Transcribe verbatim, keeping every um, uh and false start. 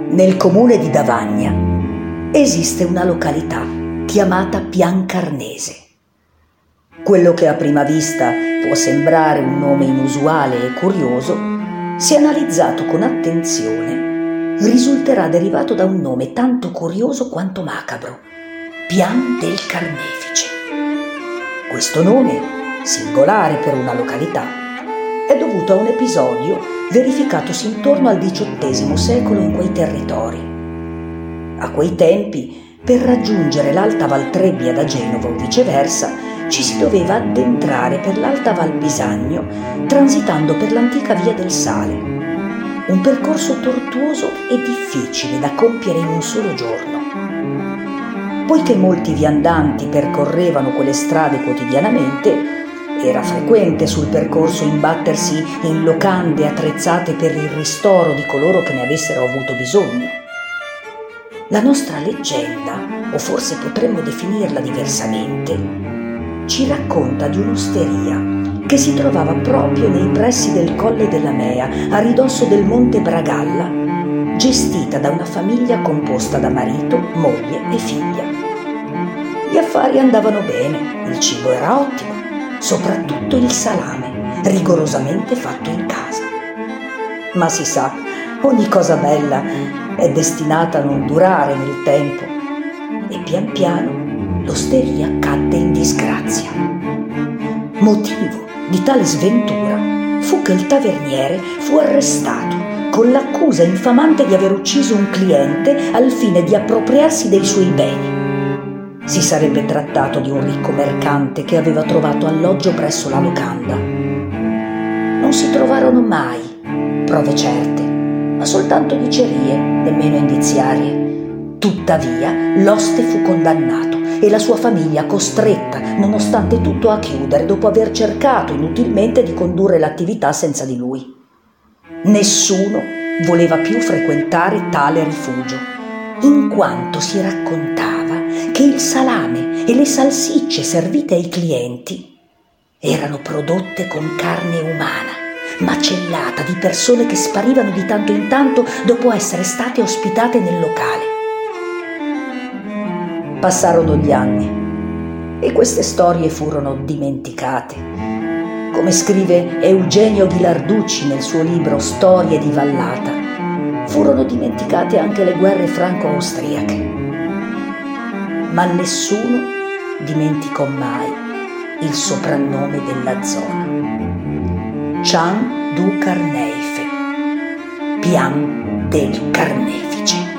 Nel comune di Davagna esiste una località chiamata Piancarnese. Quello che a prima vista può sembrare un nome inusuale e curioso, se analizzato con attenzione, risulterà derivato da un nome tanto curioso quanto macabro: Pian del Carnefice. Questo nome, singolare per una località, è dovuto a un episodio verificatosi intorno al diciottesimo secolo in quei territori. A quei tempi, per raggiungere l'Alta Val Trebbia da Genova o viceversa, ci si doveva addentrare per l'Alta Val Bisagno transitando per l'antica Via del Sale, un percorso tortuoso e difficile da compiere in un solo giorno. Poiché molti viandanti percorrevano quelle strade quotidianamente, era frequente sul percorso imbattersi in locande attrezzate per il ristoro di coloro che ne avessero avuto bisogno. La nostra leggenda, o forse potremmo definirla diversamente, ci racconta di un'osteria che si trovava proprio nei pressi del Colle della Mea, a ridosso del Monte Bragalla, gestita da una famiglia composta da marito, moglie e figlia. Gli affari andavano bene, il cibo era ottimo, soprattutto il salame, rigorosamente fatto in casa. Ma si sa, ogni cosa bella è destinata a non durare nel tempo, e pian piano l'osteria cadde in disgrazia. Motivo di tale sventura fu che il taverniere fu arrestato con l'accusa infamante di aver ucciso un cliente al fine di appropriarsi dei suoi beni. Si sarebbe trattato di un ricco mercante che aveva trovato alloggio presso la locanda. Non si trovarono mai prove certe, ma soltanto dicerie, nemmeno indiziarie. Tuttavia, l'oste fu condannato e la sua famiglia costretta, nonostante tutto, a chiudere dopo aver cercato inutilmente di condurre l'attività senza di lui. Nessuno voleva più frequentare tale rifugio, in quanto si raccontava che il salame e le salsicce servite ai clienti erano prodotte con carne umana, macellata di persone che sparivano di tanto in tanto dopo essere state ospitate nel locale. Passarono gli anni e queste storie furono dimenticate. Come scrive Eugenio Ghilarducci nel suo libro Storie di Vallata, furono dimenticate anche le guerre franco-austriache. Ma nessuno dimenticò mai il soprannome della zona: Cian du Carneife, Pian del Carnefice.